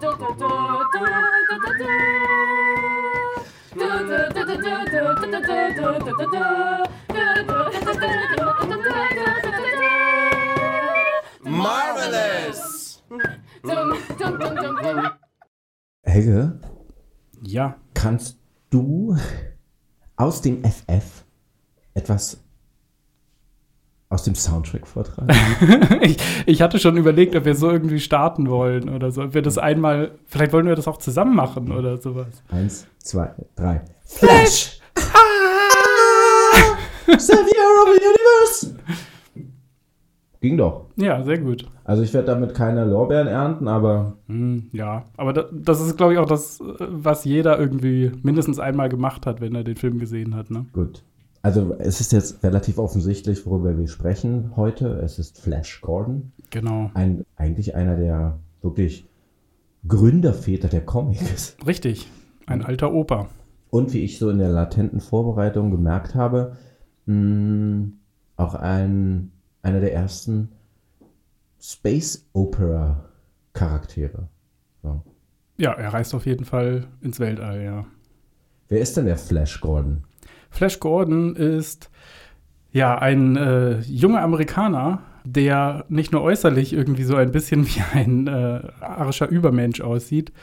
Marvelous! Helge? Ja. Kannst du aus dem FF etwas aus dem Soundtrack vortragen? ich hatte schon überlegt, ob wir so irgendwie starten wollen oder so. Ob wir das einmal, vielleicht wollen wir das auch zusammen machen oder sowas. 1, 2, 3. Flash! Savior of the Universe! Ging doch. Ja, sehr gut. Also ich werde damit keine Lorbeeren ernten, aber... Ja, aber das ist, glaube ich, auch das, was jeder irgendwie mindestens einmal gemacht hat, wenn er den Film gesehen hat. Ne? Gut. Also es ist jetzt relativ offensichtlich, worüber wir sprechen heute. Es ist Flash Gordon. Genau. Eigentlich einer der wirklich Gründerväter der Comics. Richtig. Ein alter Opa. Und wie ich so in der latenten Vorbereitung gemerkt habe, auch einer der ersten Space Opera Charaktere. So. Ja, er reist auf jeden Fall ins Weltall, ja. Wer ist denn der Flash Gordon? Flash Gordon ist ja ein junger Amerikaner, der nicht nur äußerlich irgendwie so ein bisschen wie ein arischer Übermensch aussieht.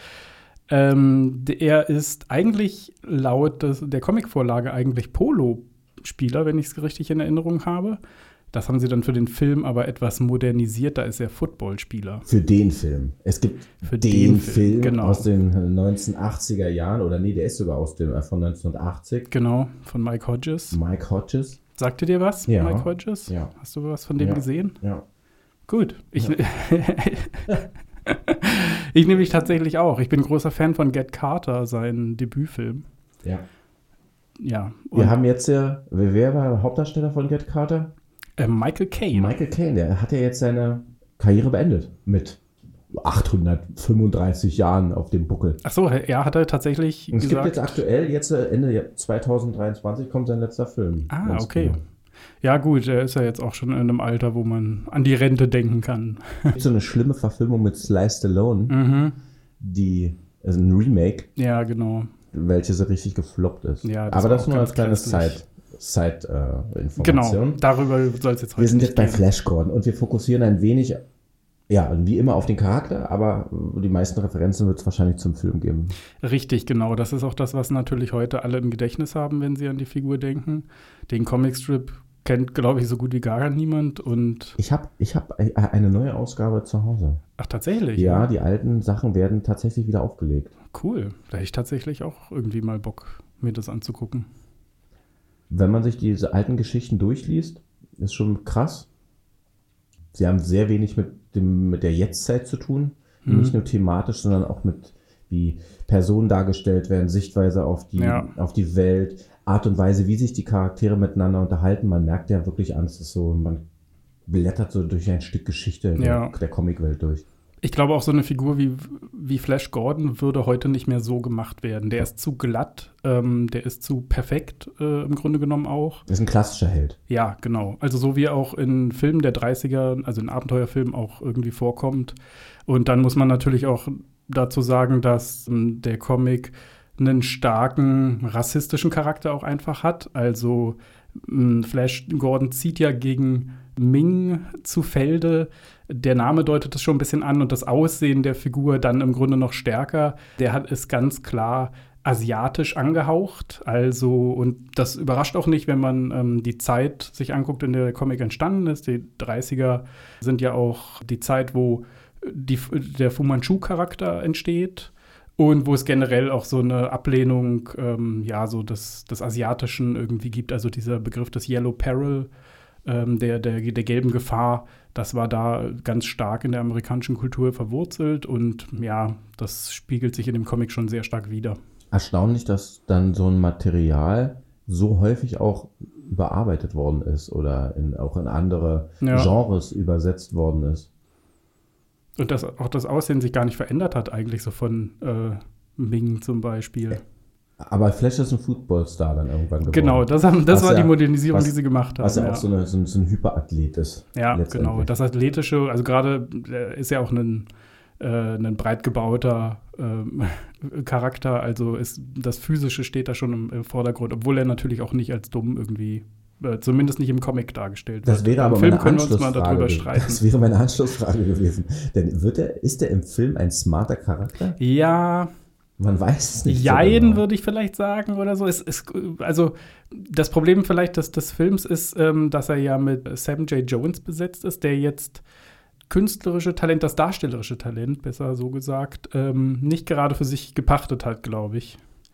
Er ist eigentlich laut der Comicvorlage eigentlich Polo-Spieler, wenn ich es richtig in Erinnerung habe. Das haben sie dann für den Film aber etwas modernisiert, da ist er Footballspieler. Für den Film. Es gibt für den Film genau. Aus den 1980er Jahren, oder nee, der ist sogar von 1980. Genau, von Mike Hodges. Mike Hodges. Sagt dir was, ja. Mike Hodges? Ja. Hast du was von dem gesehen? Ja. Gut. Ich nämlich tatsächlich auch. Ich bin großer Fan von Get Carter, sein Debütfilm. Ja. Ja. Wir haben jetzt wer war der Hauptdarsteller von Get Carter? Michael Caine. Michael Caine, der hat ja jetzt seine Karriere beendet mit 835 Jahren auf dem Buckel. Achso, ja, hat er tatsächlich Und es gesagt. gibt jetzt aktuell, Ende 2023 kommt sein letzter Film. Ah, okay. Ja gut, er ist ja jetzt auch schon in einem Alter, wo man an die Rente denken kann. Es gibt so eine schlimme Verfilmung mit Sly Stallone, also ein Remake. Ja, genau. Welche so richtig gefloppt ist. Ja, aber das nur als kleines Side-Information. Genau, darüber soll es jetzt heute Wir sind jetzt bei gehen. Flash Gordon und wir fokussieren ein wenig, ja, wie immer auf den Charakter, aber die meisten Referenzen wird es wahrscheinlich zum Film geben. Richtig, genau. Das ist auch das, was natürlich heute alle im Gedächtnis haben, wenn sie an die Figur denken. Den Comicstrip kennt, glaube ich, so gut wie gar niemand. Und Ich hab eine neue Ausgabe zu Hause. ach, tatsächlich? Ja, die alten Sachen werden tatsächlich wieder aufgelegt. Cool. Da hätte ich tatsächlich auch irgendwie mal Bock, mir das anzugucken. Wenn man sich diese alten Geschichten durchliest, ist schon krass. Sie haben sehr wenig mit der Jetztzeit zu tun. Nicht nur thematisch, sondern auch mit, wie Personen dargestellt werden, Sichtweise auf die Welt, Art und Weise, wie sich die Charaktere miteinander unterhalten. Man merkt ja wirklich an, es ist so, man blättert so durch ein Stück Geschichte der Comicwelt durch. Ich glaube auch so eine Figur wie Flash Gordon würde heute nicht mehr so gemacht werden. Der ist zu glatt, der ist zu perfekt im Grunde genommen auch. Das ist ein klassischer Held. Ja, genau. Also so wie er auch in Filmen der 30er, also in Abenteuerfilmen auch irgendwie vorkommt. Und dann muss man natürlich auch dazu sagen, dass der Comic einen starken rassistischen Charakter auch einfach hat. Also Flash Gordon zieht ja gegen Ming zu Felde. Der Name deutet das schon ein bisschen an und das Aussehen der Figur dann im Grunde noch stärker. Der ist ganz klar asiatisch angehaucht. Also, und das überrascht auch nicht, wenn man die Zeit sich anguckt, in der der Comic entstanden ist. Die 30er sind ja auch die Zeit, wo der Fu Manchu-Charakter entsteht. Und wo es generell auch so eine Ablehnung, so des Asiatischen irgendwie gibt. Also dieser Begriff des Yellow Peril, der gelben Gefahr, das war da ganz stark in der amerikanischen Kultur verwurzelt. Und ja, das spiegelt sich in dem Comic schon sehr stark wider. Erstaunlich, dass dann so ein Material so häufig auch überarbeitet worden ist oder auch in andere Genres übersetzt worden ist. Und dass auch das Aussehen sich gar nicht verändert hat, eigentlich so von Ming zum Beispiel. Aber Flash ist ein Footballstar dann irgendwann geworden. Genau, das war die Modernisierung, die sie gemacht haben. Was ja auch so ein Hyperathlet ist. Ja, genau. Das Athletische, also gerade ist ja auch ein ein breit gebauter Charakter. Also das Physische steht da schon im Vordergrund, obwohl er natürlich auch nicht als dumm irgendwie, zumindest nicht im Comic dargestellt wird. Das wäre aber meine Anschlussfrage. Das wäre meine Anschlussfrage gewesen. Denn ist er im Film ein smarter Charakter? Ja. Man weiß es nicht. Jein, so genau, würde ich vielleicht sagen oder so. Also das Problem vielleicht des Films ist, dass er ja mit Sam J. Jones besetzt ist, der jetzt das darstellerische Talent, besser so gesagt, nicht gerade für sich gepachtet hat, glaube ich.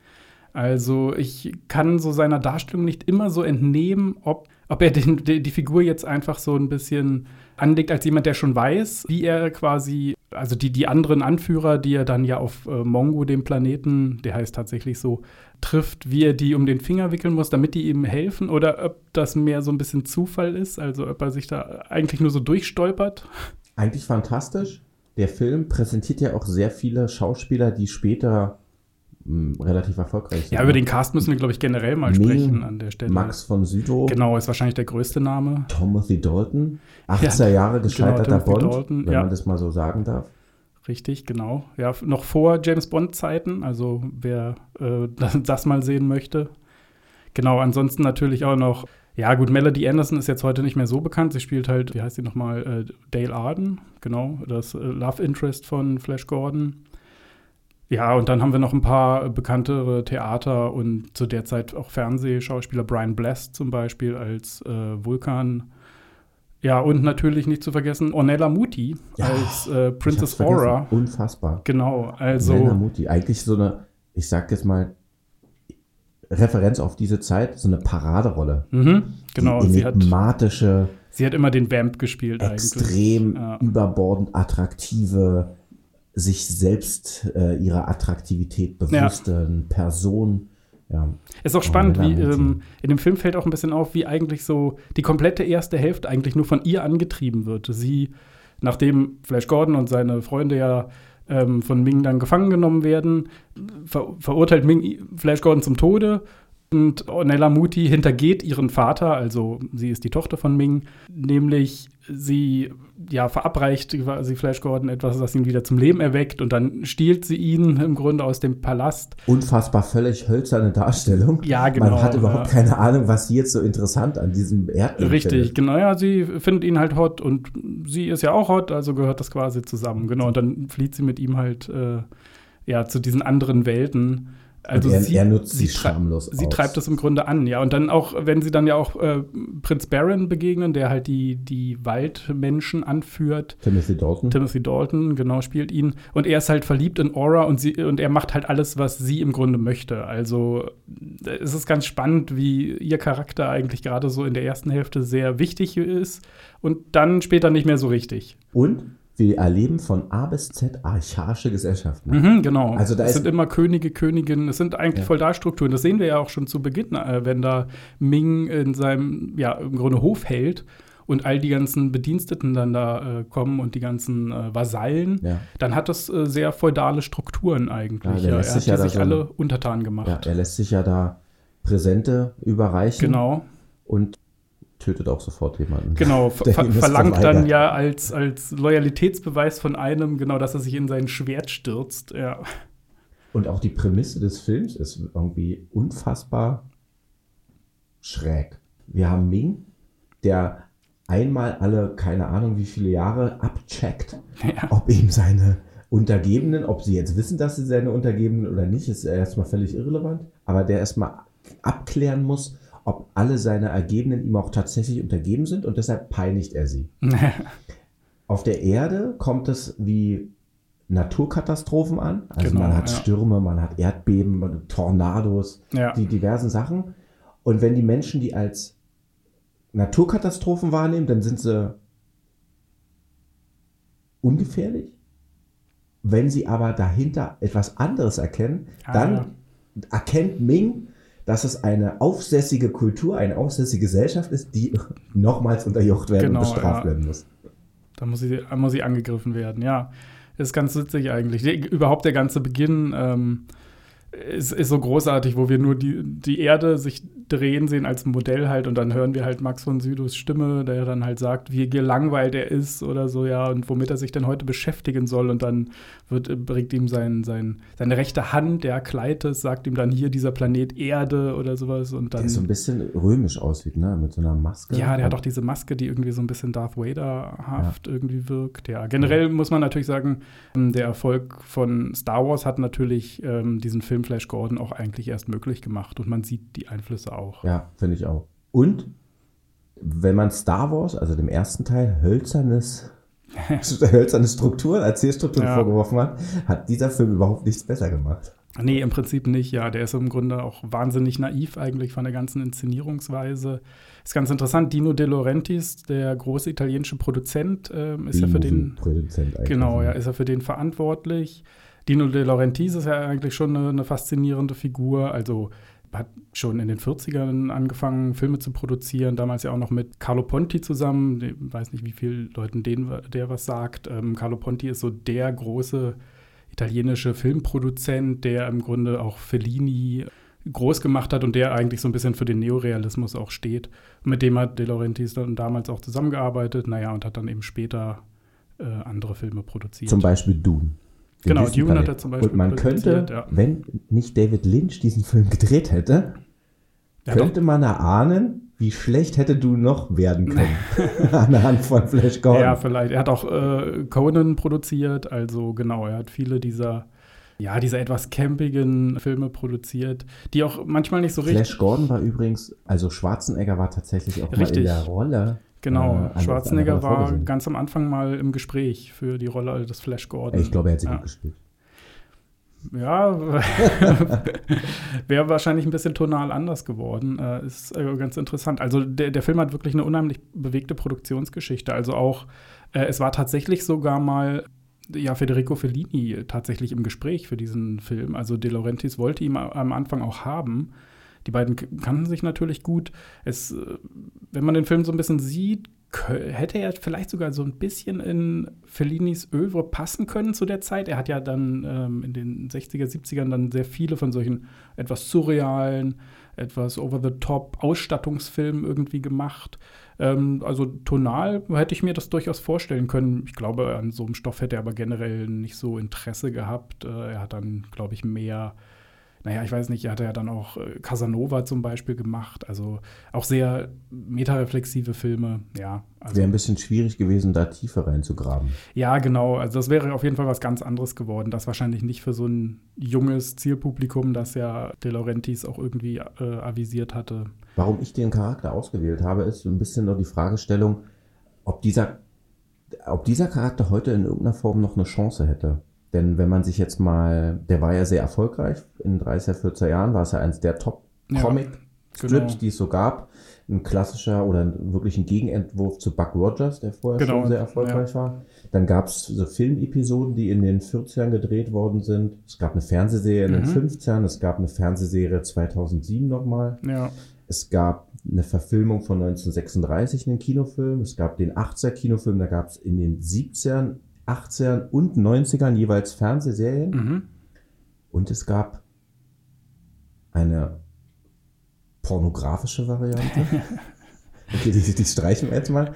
Also ich kann so seiner Darstellung nicht immer so entnehmen, ob er die Figur jetzt einfach so ein bisschen anlegt als jemand, der schon weiß, wie er quasi, also die anderen Anführer, die er dann ja auf Mongo, dem Planeten, der heißt tatsächlich so, trifft, wie er die um den Finger wickeln muss, damit die ihm helfen, oder ob das mehr so ein bisschen Zufall ist, also ob er sich da eigentlich nur so durchstolpert. Eigentlich fantastisch. Der Film präsentiert ja auch sehr viele Schauspieler, die später relativ erfolgreich sind. Ja, über den Cast müssen wir, glaube ich, generell mal sprechen an der Stelle. Max von Sydow. Genau, ist wahrscheinlich der größte Name. Timothy Dalton. 80er Jahre gescheiterter Bond, Dalton, wenn man das mal so sagen darf. Richtig, genau. Ja, noch vor James-Bond-Zeiten, also wer das mal sehen möchte. Genau, ansonsten natürlich auch noch, ja gut, Melody Anderson ist jetzt heute nicht mehr so bekannt. Sie spielt halt, wie heißt sie nochmal, Dale Arden, genau, das Love Interest von Flash Gordon. Ja, und dann haben wir noch ein paar bekanntere Theater- und zu der Zeit auch Fernsehschauspieler. Brian Blessed zum Beispiel als Vulkan. Ja, und natürlich nicht zu vergessen Ornella Muti als Princess Aura. Unfassbar. Genau, also Ornella Muti, eigentlich so eine, ich sag jetzt mal, Referenz auf diese Zeit, so eine Paraderolle. Genau. Die enigmatische, sie hat immer den Vamp gespielt extrem überbordend attraktive, sich selbst ihrer Attraktivität bewussten Person. Ja. Ist auch spannend, wie in dem Film fällt auch ein bisschen auf, wie eigentlich so die komplette erste Hälfte eigentlich nur von ihr angetrieben wird. Sie, nachdem Flash Gordon und seine Freunde ja von Ming dann gefangen genommen werden, verurteilt Ming Flash Gordon zum Tode. Und Ornella Muti hintergeht ihren Vater, also sie ist die Tochter von Ming, nämlich sie verabreicht quasi Flash Gordon etwas, das ihn wieder zum Leben erweckt, und dann stiehlt sie ihn im Grunde aus dem Palast. Unfassbar völlig hölzerne Darstellung. Ja, genau. Man hat überhaupt keine Ahnung, was sie jetzt so interessant an diesem Erdbeben Richtig, findet. Genau, ja, sie findet ihn halt hot und sie ist ja auch hot, also gehört das quasi zusammen. Genau, und dann flieht sie mit ihm halt zu diesen anderen Welten. Also er nutzt sie schamlos aus. Sie treibt das im Grunde an, ja. Und dann auch, wenn sie dann ja auch Prinz Baron begegnen, der halt die Waldmenschen anführt. Timothy Dalton, genau, spielt ihn. Und er ist halt verliebt in Aura und er macht halt alles, was sie im Grunde möchte. Also es ist ganz spannend, wie ihr Charakter eigentlich gerade so in der ersten Hälfte sehr wichtig ist und dann später nicht mehr so richtig. Und wir erleben von A bis Z archaische Gesellschaften. Genau. Also es sind immer Könige, Königinnen, es sind eigentlich Feudalstrukturen. Das sehen wir ja auch schon zu Beginn, wenn da Ming in seinem, im Grunde Hof hält und all die ganzen Bediensteten dann da kommen und die ganzen Vasallen. Ja. Dann hat das sehr feudale Strukturen eigentlich. Er hat sich alle untertan gemacht. Ja, er lässt sich ja da Präsente überreichen. Genau. Und tötet auch sofort jemanden. Genau, verlangt dann ja als Loyalitätsbeweis von einem, genau, dass er sich in sein Schwert stürzt. Ja. Und auch die Prämisse des Films ist irgendwie unfassbar schräg. Wir haben Ming, der einmal alle, keine Ahnung wie viele Jahre, abcheckt, ob ihm seine Untergebenen, ob sie jetzt wissen, dass sie seine Untergebenen oder nicht, ist erstmal völlig irrelevant, aber der erstmal abklären muss, ob alle seine Ergebenen ihm auch tatsächlich untergeben sind, und deshalb peinigt er sie. Auf der Erde kommt es wie Naturkatastrophen an. Also man hat Stürme, man hat Erdbeben, man hat Tornados, die diversen Sachen. Und wenn die Menschen die als Naturkatastrophen wahrnehmen, dann sind sie ungefährlich. Wenn sie aber dahinter etwas anderes erkennen, dann erkennt Ming, dass es eine aufsässige Kultur, eine aufsässige Gesellschaft ist, die nochmals unterjocht werden und bestraft werden muss. Da muss sie angegriffen werden, ja. Das ist ganz witzig eigentlich. Überhaupt der ganze Beginn ist so großartig, wo wir nur die Erde sich drehen sehen als Modell halt und dann hören wir halt Max von Sydows Stimme, der dann halt sagt, wie gelangweilt er ist oder so, ja, und womit er sich denn heute beschäftigen soll und dann bringt ihm seine rechte Hand, der Kleites, sagt ihm dann hier dieser Planet Erde oder sowas und dann. Der so ein bisschen römisch aussieht, ne, mit so einer Maske. Ja, der hat auch diese Maske, die irgendwie so ein bisschen Darth Vader-haft irgendwie wirkt, ja. Generell muss man natürlich sagen, der Erfolg von Star Wars hat natürlich diesen Film Flash Gordon auch eigentlich erst möglich gemacht und man sieht die Einflüsse auch. Ja, finde ich auch. Und wenn man Star Wars, also dem ersten Teil, hölzerne Strukturen, Erzählstrukturen vorgeworfen hat dieser Film überhaupt nichts besser gemacht. Nee, im Prinzip nicht, ja. Der ist im Grunde auch wahnsinnig naiv eigentlich von der ganzen Inszenierungsweise. Ist ganz interessant, Dino De Laurentiis, der große italienische Produzent, ist ja für den ist er für den verantwortlich. Dino De Laurentiis ist ja eigentlich schon eine faszinierende Figur, also hat schon in den 40ern angefangen, Filme zu produzieren, damals ja auch noch mit Carlo Ponti zusammen, ich weiß nicht, wie vielen Leuten der was sagt. Carlo Ponti ist so der große italienische Filmproduzent, der im Grunde auch Fellini groß gemacht hat und der eigentlich so ein bisschen für den Neorealismus auch steht. Mit dem hat De Laurentiis dann damals auch zusammengearbeitet, und hat dann eben später andere Filme produziert. Zum Beispiel Dune. Genau, Dune hat er zum Beispiel produziert. Und man könnte, wenn nicht David Lynch diesen Film gedreht hätte, könnte man erahnen, wie schlecht hätte Dune noch werden können. An der Hand von Flash Gordon. Ja, vielleicht. Er hat auch Conan produziert, also genau, er hat viele dieser etwas campigen Filme produziert, die auch manchmal nicht so richtig. Flash Gordon war übrigens, also Schwarzenegger war tatsächlich auch mal in der Rolle. Genau, Schwarzenegger war ganz am Anfang mal im Gespräch für die Rolle des Flash Gordon. Ich glaube, er hat sie gut gespielt. Ja, wäre wahrscheinlich ein bisschen tonal anders geworden. Ist ganz interessant. Also der Film hat wirklich eine unheimlich bewegte Produktionsgeschichte. Also auch, es war tatsächlich sogar mal Federico Fellini tatsächlich im Gespräch für diesen Film. Also De Laurentiis wollte ihn am Anfang auch haben. Die beiden kannten sich natürlich gut. Wenn man den Film so ein bisschen sieht, hätte er vielleicht sogar so ein bisschen in Fellinis Œuvre passen können zu der Zeit. Er hat ja dann in den 60er, 70ern dann sehr viele von solchen etwas surrealen, etwas over-the-top Ausstattungsfilmen irgendwie gemacht. Also tonal hätte ich mir das durchaus vorstellen können. Ich glaube, an so einem Stoff hätte er aber generell nicht so Interesse gehabt. Er hat dann, glaube ich, mehr ich weiß nicht, er hat ja dann auch Casanova zum Beispiel gemacht, also auch sehr metareflexive Filme, ja. Also, wäre ein bisschen schwierig gewesen, da tiefer reinzugraben. Ja, genau, also das wäre auf jeden Fall was ganz anderes geworden, das wahrscheinlich nicht für so ein junges Zielpublikum, das ja De Laurentiis auch irgendwie avisiert hatte. Warum ich den Charakter ausgewählt habe, ist ein bisschen noch die Fragestellung, ob dieser Charakter heute in irgendeiner Form noch eine Chance hätte. Denn wenn man sich jetzt mal, der war ja sehr erfolgreich, in 30er, 40er Jahren war es ja eins der Top-Comic-Strips, die es so gab. Ein klassischer oder wirklich ein Gegenentwurf zu Buck Rogers, der vorher schon sehr erfolgreich war. Dann gab es so Filmepisoden, die in den 40ern gedreht worden sind. Es gab eine Fernsehserie in den 50ern, es gab eine Fernsehserie 2007 nochmal. Ja. Es gab eine Verfilmung von 1936, einen Kinofilm. Es gab den 80er-Kinofilm, da gab es in den 70ern, 80ern und 90ern jeweils Fernsehserien. Und es gab eine pornografische Variante. Okay, die streichen wir jetzt mal.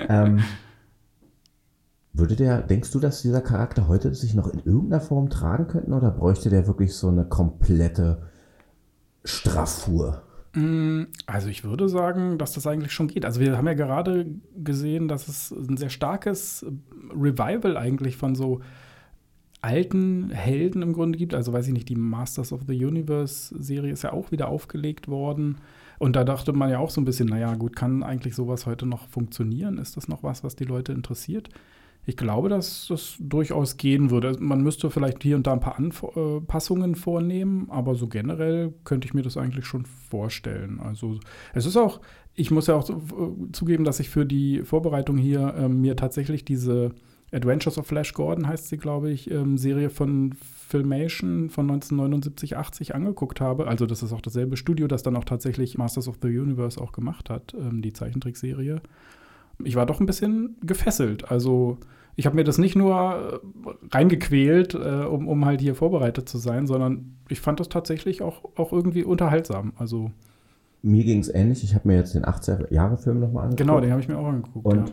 Denkst du, dass dieser Charakter heute sich noch in irgendeiner Form tragen könnte oder bräuchte der wirklich so eine komplette Straffur? Also ich würde sagen, dass das eigentlich schon geht. Also wir haben ja gerade gesehen, dass es ein sehr starkes Revival eigentlich von so alten Helden im Grunde gibt. Also weiß ich nicht, die Masters of the Universe-Serie ist ja auch wieder aufgelegt worden. Und da dachte man ja auch so ein bisschen, kann eigentlich sowas heute noch funktionieren? Ist das noch was die Leute interessiert? Ich glaube, dass das durchaus gehen würde. Man müsste vielleicht hier und da ein paar Anpassungen vornehmen, aber so generell könnte ich mir das eigentlich schon vorstellen. Also es ist auch, ich muss ja auch zugeben, dass ich für die Vorbereitung hier mir tatsächlich diese Adventures of Flash Gordon, heißt sie, glaube ich, Serie von Filmation von 1979, 80 angeguckt habe. Also das ist auch dasselbe Studio, das dann auch tatsächlich Masters of the Universe auch gemacht hat, die Zeichentrickserie. Ich war doch ein bisschen gefesselt. Also ich habe mir das nicht nur reingequält, um halt hier vorbereitet zu sein, sondern ich fand das tatsächlich auch irgendwie unterhaltsam. Also Mir ging es ähnlich. Ich habe mir jetzt den 80er-Jahre-Film nochmal angeguckt. genau, den habe ich mir auch angeguckt. Und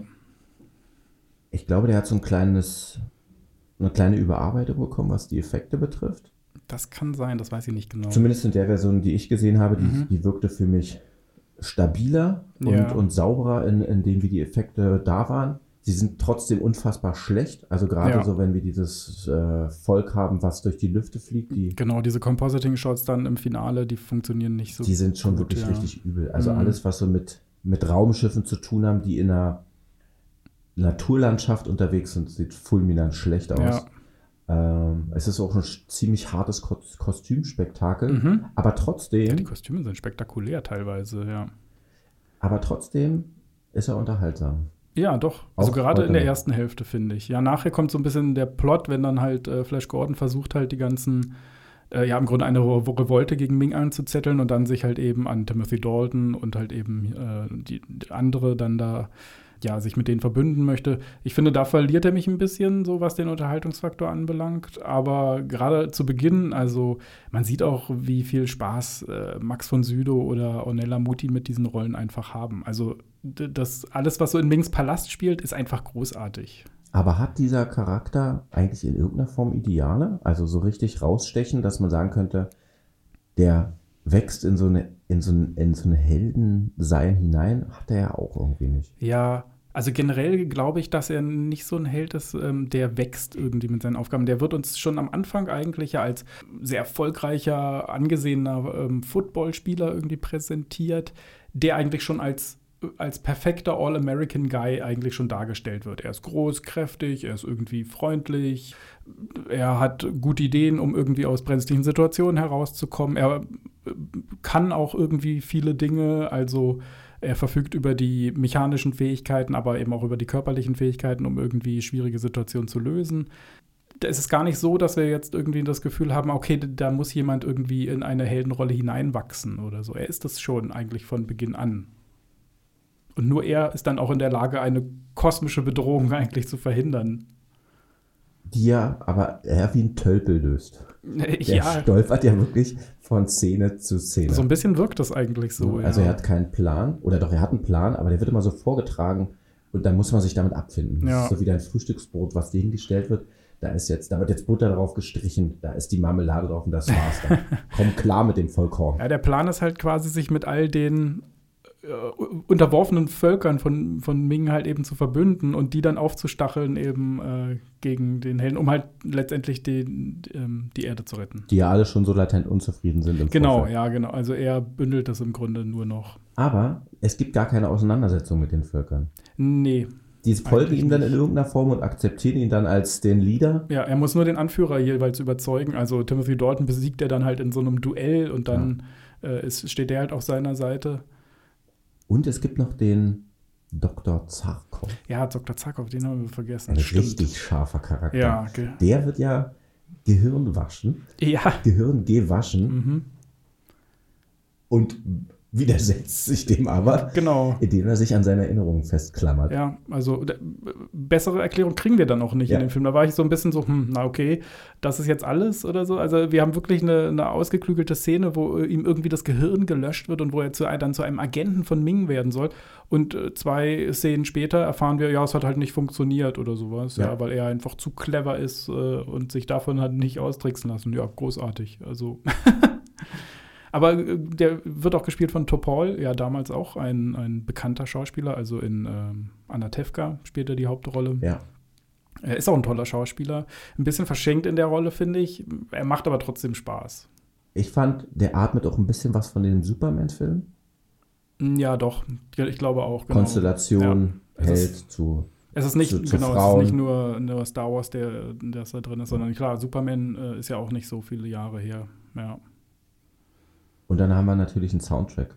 ich glaube, der hat so eine kleine Überarbeitung bekommen, was die Effekte betrifft. Das kann sein, das weiß ich nicht genau. Zumindest in der Version, die ich gesehen habe, die wirkte für mich stabiler und sauberer in dem, wie die Effekte da waren. Sie sind trotzdem unfassbar schlecht. Also gerade so, wenn wir dieses Volk haben, was durch die Lüfte fliegt. Genau, diese Compositing-Shots dann im Finale, die funktionionieren nicht so gut. Die sind schon wirklich richtig übel. Also alles, was so mit Raumschiffen zu tun haben, die in einer Naturlandschaft unterwegs sind, sieht fulminant schlecht aus. Es ist auch ein ziemlich hartes Kostümspektakel, aber trotzdem... Ja, die Kostüme sind spektakulär teilweise, ja. Aber trotzdem ist er unterhaltsam. Ja, doch. Also gerade in der ersten Hälfte, finde ich. Ja, nachher kommt so ein bisschen der Plot, wenn dann halt Flash Gordon versucht halt die ganzen, im Grunde eine Revolte gegen Ming anzuzetteln und dann sich halt eben an Timothy Dalton und halt eben die andere dann da sich mit denen verbünden möchte. Ich finde, da verliert er mich ein bisschen, so was den Unterhaltungsfaktor anbelangt. Aber gerade zu Beginn, also man sieht auch, wie viel Spaß Max von Sydow oder Ornella Muti mit diesen Rollen einfach haben. Also das alles, was so in Mings Palast spielt, ist einfach großartig. Aber hat dieser Charakter eigentlich in irgendeiner Form Ideale? Also so richtig rausstechen, dass man sagen könnte, der wächst in so eine Heldensein hinein, hat er ja auch irgendwie nicht. Ja, also generell glaube ich, dass er nicht so ein Held ist, der wächst irgendwie mit seinen Aufgaben. Der wird uns schon am Anfang eigentlich ja als sehr erfolgreicher, angesehener Footballspieler irgendwie präsentiert, der eigentlich schon als perfekter All-American-Guy eigentlich schon dargestellt wird. Er ist groß, kräftig, er ist irgendwie freundlich, er hat gute Ideen, um irgendwie aus brenzlichen Situationen herauszukommen. Er kann auch irgendwie viele Dinge, also er verfügt über die mechanischen Fähigkeiten, aber eben auch über die körperlichen Fähigkeiten, um irgendwie schwierige Situationen zu lösen. Da ist es gar nicht so, dass wir jetzt irgendwie das Gefühl haben, okay, da muss jemand irgendwie in eine Heldenrolle hineinwachsen oder so. Er ist das schon eigentlich von Beginn an. Und nur er ist dann auch in der Lage, eine kosmische Bedrohung eigentlich zu verhindern. Die ja aber eher wie ein Tölpel löst. Der Ja. stolpert ja wirklich von Szene zu Szene. So ein bisschen wirkt das eigentlich so, Also er hat keinen Plan, oder doch, er hat einen Plan, aber der wird immer so vorgetragen und dann muss man sich damit abfinden. Das ist so wie dein Frühstücksbrot, was dir hingestellt wird. Da wird jetzt Butter drauf gestrichen, da ist die Marmelade drauf und das war's dann. Komm klar mit dem Vollkorn. Ja, der Plan ist halt quasi, sich mit all den unterworfenen Völkern von Ming halt eben zu verbünden und die dann aufzustacheln eben gegen den Helden, um halt letztendlich die Erde zu retten. Die ja alle schon so latent unzufrieden sind im Vorfeld. Ja, genau. Also er bündelt das im Grunde nur noch. Aber es gibt gar keine Auseinandersetzung mit den Völkern. Nee. Die folgen ihm dann in irgendeiner Form und akzeptieren ihn dann als den Leader. Ja, er muss nur den Anführer jeweils überzeugen. Also Timothy Dalton besiegt er dann halt in so einem Duell und dann steht er halt auf seiner Seite. Und es gibt noch den Dr. Zarkov. Ja, Dr. Zarkov, den haben wir vergessen. Ein richtig scharfer Charakter. Ja, der wird ja Gehirn waschen. Ja. Gehirn gewaschen. Und widersetzt sich dem aber, indem er sich an seine Erinnerungen festklammert. Ja, also bessere Erklärung kriegen wir dann auch nicht in dem Film. Da war ich so ein bisschen so, na okay, das ist jetzt alles oder so. Also wir haben wirklich eine ausgeklügelte Szene, wo ihm irgendwie das Gehirn gelöscht wird und wo er dann zu einem Agenten von Ming werden soll. Und 2 Szenen später erfahren wir, es hat halt nicht funktioniert oder sowas, weil er einfach zu clever ist und sich davon hat nicht austricksen lassen. Ja, großartig. Also aber der wird auch gespielt von Topol, ja damals auch ein bekannter Schauspieler, also in Anatevka spielt er die Hauptrolle. Ja. Er ist auch ein toller Schauspieler, ein bisschen verschenkt in der Rolle, finde ich. Er macht aber trotzdem Spaß. Ich fand, der atmet auch ein bisschen was von dem Superman-Film. Ja, doch. Ich glaube auch. Genau. Konstellation, Held zu Es ist nicht, zu es ist Frauen. nicht nur Star Wars, der da drin ist, sondern klar, Superman ist ja auch nicht so viele Jahre her. Ja. Und dann haben wir natürlich einen Soundtrack.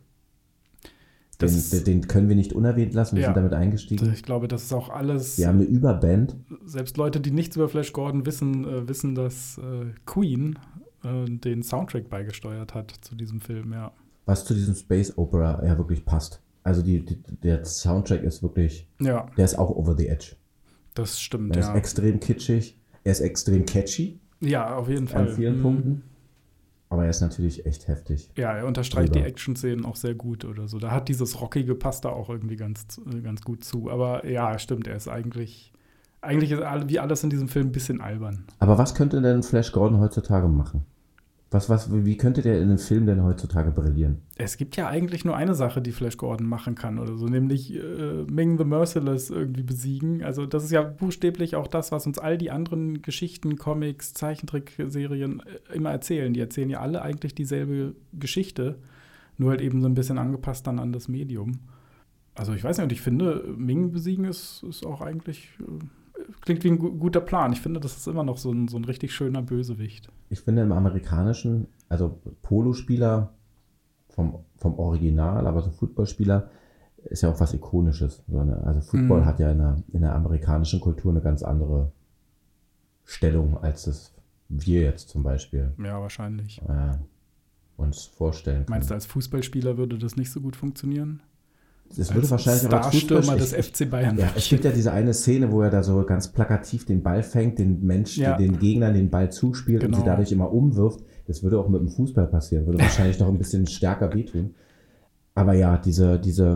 Den können wir nicht unerwähnt lassen. Wir sind damit eingestiegen. Ich glaube, das ist auch alles. Wir haben eine Überband. Selbst Leute, die nichts über Flash Gordon wissen, dass Queen den Soundtrack beigesteuert hat zu diesem Film, ja. Was zu diesem Space Opera ja wirklich passt. Also der Soundtrack ist wirklich, der ist auch over the edge. Das stimmt, Er ist extrem kitschig, er ist extrem catchy. Ja, auf jeden Fall. An vielen Punkten. Aber er ist natürlich echt heftig. Ja, er unterstreicht die Action-Szenen auch sehr gut oder so. Da hat dieses Rockige passt da auch irgendwie ganz gut zu. Aber ja, stimmt, er ist eigentlich ist wie alles in diesem Film ein bisschen albern. Aber was könnte denn Flash Gordon heutzutage machen? Wie könnte der in einem Film denn heutzutage brillieren? Es gibt ja eigentlich nur eine Sache, die Flash Gordon machen kann oder so, nämlich Ming the Merciless irgendwie besiegen. Also das ist ja buchstäblich auch das, was uns all die anderen Geschichten, Comics, Zeichentrickserien immer erzählen. Die erzählen ja alle eigentlich dieselbe Geschichte, nur halt eben so ein bisschen angepasst dann an das Medium. Also ich weiß nicht, und ich finde, Ming besiegen ist auch eigentlich, klingt wie ein guter Plan. Ich finde, das ist immer noch so ein richtig schöner Bösewicht. Ich finde im amerikanischen, also Polospieler vom Original, aber so Footballspieler ist ja auch was Ikonisches. Also Football hat ja in der amerikanischen Kultur eine ganz andere Stellung, als das wir jetzt zum Beispiel wahrscheinlich uns vorstellen können. Meinst du, als Fußballspieler würde das nicht so gut funktionieren? Es würde wahrscheinlich auch als Starstürmer des FC Bayern. Ja, es gibt ja diese eine Szene, wo er da so ganz plakativ den Ball fängt, den Gegnern den Ball zuspielt und sie dadurch immer umwirft. Das würde auch mit dem Fußball passieren, würde wahrscheinlich noch ein bisschen stärker wehtun. Aber ja, diese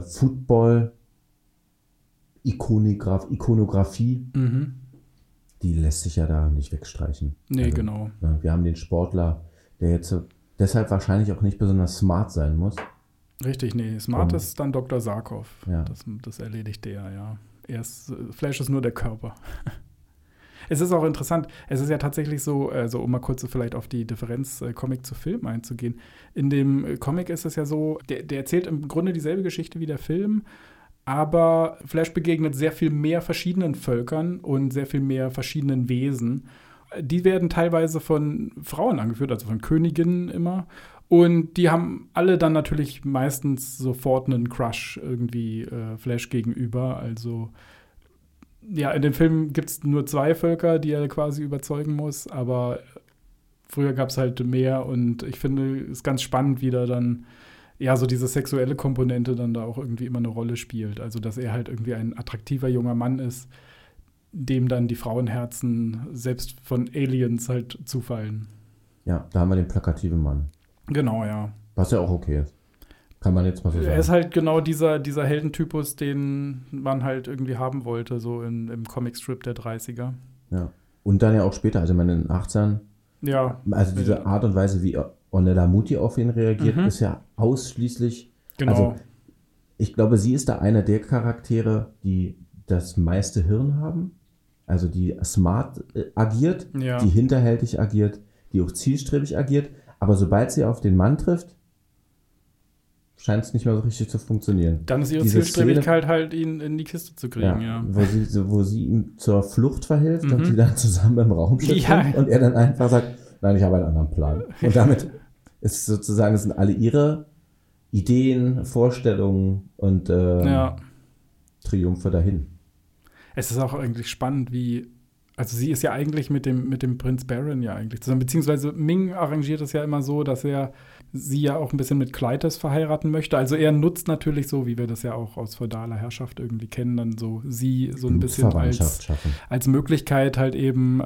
Football-Ikonografie, die lässt sich ja da nicht wegstreichen. Nee, also, genau. Wir haben den Sportler, der jetzt deshalb wahrscheinlich auch nicht besonders smart sein muss. Richtig, nee. Smart ist dann Dr. Sarkov. Ja. Das erledigt der, ja. Flash ist nur der Körper. Es ist auch interessant, es ist ja tatsächlich so, also um mal kurz vielleicht auf die Differenz Comic zu Film einzugehen. In dem Comic ist es ja so, der erzählt im Grunde dieselbe Geschichte wie der Film, aber Flash begegnet sehr viel mehr verschiedenen Völkern und sehr viel mehr verschiedenen Wesen. Die werden teilweise von Frauen angeführt, also von Königinnen immer. Und die haben alle dann natürlich meistens sofort einen Crush irgendwie Flash gegenüber. Also ja, in den Filmen gibt es nur 2 Völker, die er quasi überzeugen muss, aber früher gab es halt mehr und ich finde es ganz spannend, wie da dann ja so diese sexuelle Komponente dann da auch irgendwie immer eine Rolle spielt. Also dass er halt irgendwie ein attraktiver junger Mann ist, dem dann die Frauenherzen selbst von Aliens halt zufallen. Ja, da haben wir den plakativen Mann. Genau, ja. Was ja auch okay ist. Kann man jetzt mal so sagen. Er ist halt genau dieser Heldentypus, den man halt irgendwie haben wollte, so im Comicstrip der 30er. Ja. Und dann ja auch später, also in den 80ern. Ja. Also diese Art und Weise, wie Ornella Muti auf ihn reagiert, ist ja ausschließlich. Genau. Also ich glaube, sie ist da einer der Charaktere, die das meiste Hirn haben. Also die smart agiert, die hinterhältig agiert, die auch zielstrebig agiert. Aber sobald sie auf den Mann trifft, scheint es nicht mehr so richtig zu funktionieren. Dann ist ihre Zielstrebigkeit halt, ihn in die Kiste zu kriegen, ja. Wo sie ihm zur Flucht verhilft und die dann zusammen im Raumschiff sind und er dann einfach sagt, nein, ich habe einen anderen Plan. Und damit ist sozusagen, sind alle ihre Ideen, Vorstellungen und Triumphe dahin. Es ist auch eigentlich spannend, also sie ist ja eigentlich mit dem Prinz Baron ja eigentlich zusammen, beziehungsweise Ming arrangiert es ja immer so, dass er sie ja auch ein bisschen mit Kleitos verheiraten möchte. Also er nutzt natürlich so, wie wir das ja auch aus feudaler Herrschaft irgendwie kennen, dann so sie so ein bisschen als Möglichkeit halt eben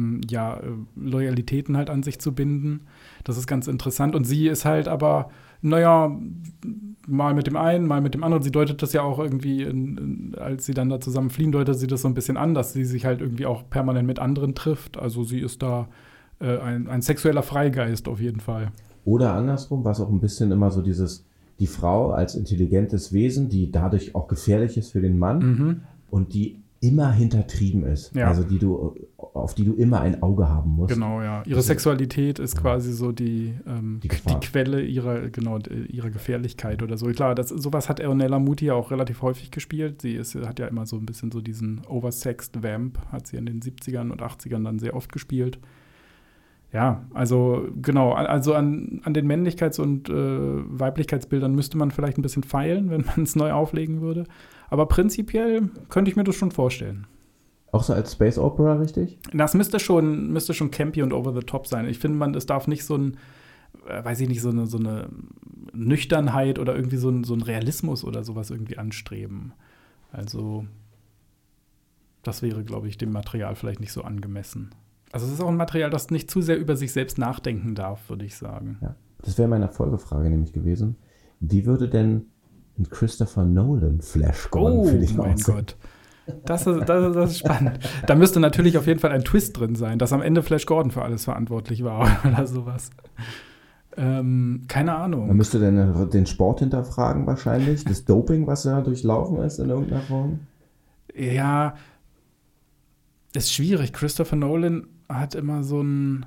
Loyalitäten halt an sich zu binden. Das ist ganz interessant. Und sie ist halt aber, naja, mal mit dem einen, mal mit dem anderen. Sie deutet das ja auch irgendwie, als sie dann da zusammen fliehen, deutet sie das so ein bisschen an, dass sie sich halt irgendwie auch permanent mit anderen trifft. Also sie ist da ein sexueller Freigeist auf jeden Fall. Oder andersrum, was auch ein bisschen immer so die Frau als intelligentes Wesen, die dadurch auch gefährlich ist für den Mann und die immer hintertrieben ist. Ja. Also auf die du immer ein Auge haben musst. Genau, ja. Ihre Sexualität ist quasi so die Quelle ihrer Gefährlichkeit oder so. Klar, sowas hat Ornella Muti ja auch relativ häufig gespielt. Sie hat ja immer so ein bisschen so diesen oversexed Vamp, hat sie in den 70ern und 80ern dann sehr oft gespielt. Ja, also genau, also an den Männlichkeits- und Weiblichkeitsbildern müsste man vielleicht ein bisschen feilen, wenn man es neu auflegen würde. Aber prinzipiell könnte ich mir das schon vorstellen. Auch so als Space Opera, richtig? Das müsste schon campy und over the top sein. Ich finde, es darf nicht so ein, so eine Nüchternheit oder irgendwie so ein Realismus oder sowas irgendwie anstreben. Also Das wäre, glaube ich, dem Material vielleicht nicht so angemessen. Also es ist auch ein Material, das nicht zu sehr über sich selbst nachdenken darf, würde ich sagen. Ja, das wäre meine Folgefrage nämlich gewesen. Wie würde denn ein Christopher Nolan Flash Gordon für dich mein aussehen? Gott. Das ist spannend. Da müsste natürlich auf jeden Fall ein Twist drin sein, dass am Ende Flash Gordon für alles verantwortlich war oder sowas. Keine Ahnung. Man müsste dann den Sport hinterfragen wahrscheinlich, das Doping, was da durchlaufen ist in irgendeiner Form. Ja, ist schwierig. Christopher Nolan hat immer so einen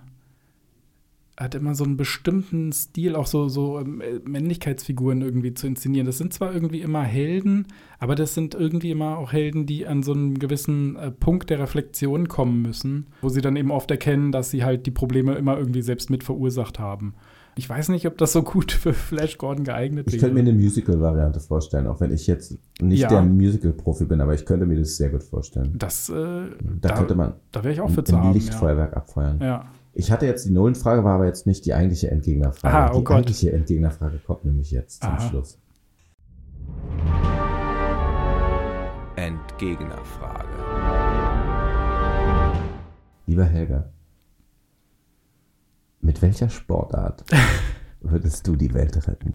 bestimmten Stil, auch so Männlichkeitsfiguren irgendwie zu inszenieren. Das sind zwar irgendwie immer Helden, aber das sind irgendwie immer auch Helden, die an so einen gewissen Punkt der Reflexion kommen müssen, wo sie dann eben oft erkennen, dass sie halt die Probleme immer irgendwie selbst mit verursacht haben. Ich weiß nicht, ob das so gut für Flash Gordon geeignet wäre. Ich könnte mir eine Musical-Variante vorstellen, auch wenn ich jetzt nicht der Musical-Profi bin, aber ich könnte mir das sehr gut vorstellen. Da könnte man wäre ich auch für zu haben. Lichtfeuerwerk abfeuern. Ja. Ich hatte jetzt die Nolan-Frage, war aber jetzt nicht die eigentliche Entgegnerfrage. Die eigentliche Entgegnerfrage kommt nämlich jetzt zum Schluss. Entgegnerfrage. Lieber Helga, mit welcher Sportart würdest du die Welt retten?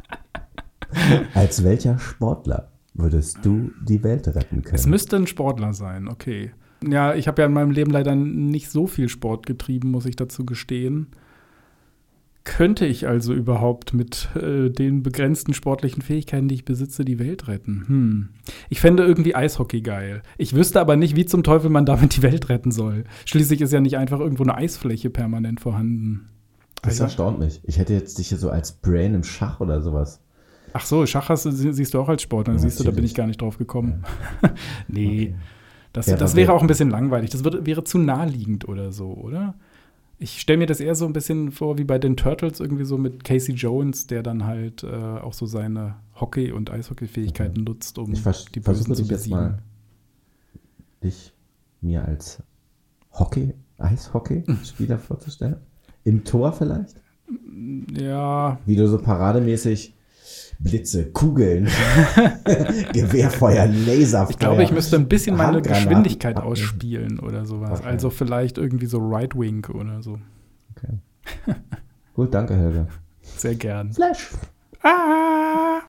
Als welcher Sportler würdest du die Welt retten können? Es müsste ein Sportler sein, okay. Ja, ich habe ja in meinem Leben leider nicht so viel Sport getrieben, muss ich dazu gestehen. Könnte ich also überhaupt mit den begrenzten sportlichen Fähigkeiten, die ich besitze, die Welt retten? Ich fände irgendwie Eishockey geil. Ich wüsste aber nicht, wie zum Teufel man damit die Welt retten soll. Schließlich ist ja nicht einfach irgendwo eine Eisfläche permanent vorhanden. Das erstaunt mich. Ich hätte jetzt dich so als Brain im Schach oder sowas. Ach so, Schach siehst du auch als Sport. Dann siehst du, da bin ich gar nicht drauf gekommen. Ja. Nee, okay. Das wäre auch ein bisschen langweilig. Das wäre zu naheliegend oder so, oder? Ich stelle mir das eher so ein bisschen vor wie bei den Turtles, irgendwie so mit Casey Jones, der dann halt auch so seine Hockey- und Eishockey-Fähigkeiten nutzt, um die Bösen zu besiegen. Dich mir als Eishockey-Spieler vorzustellen? Im Tor vielleicht? Ja. Wie du so parademäßig Blitze, Kugeln, Gewehrfeuer, Laserfeuer. Ich glaube, ich müsste ein bisschen meine Geschwindigkeit ausspielen oder sowas. Okay. Also vielleicht irgendwie so Right Wing oder so. Okay. Gut, danke, Helga. Sehr gern. Flash!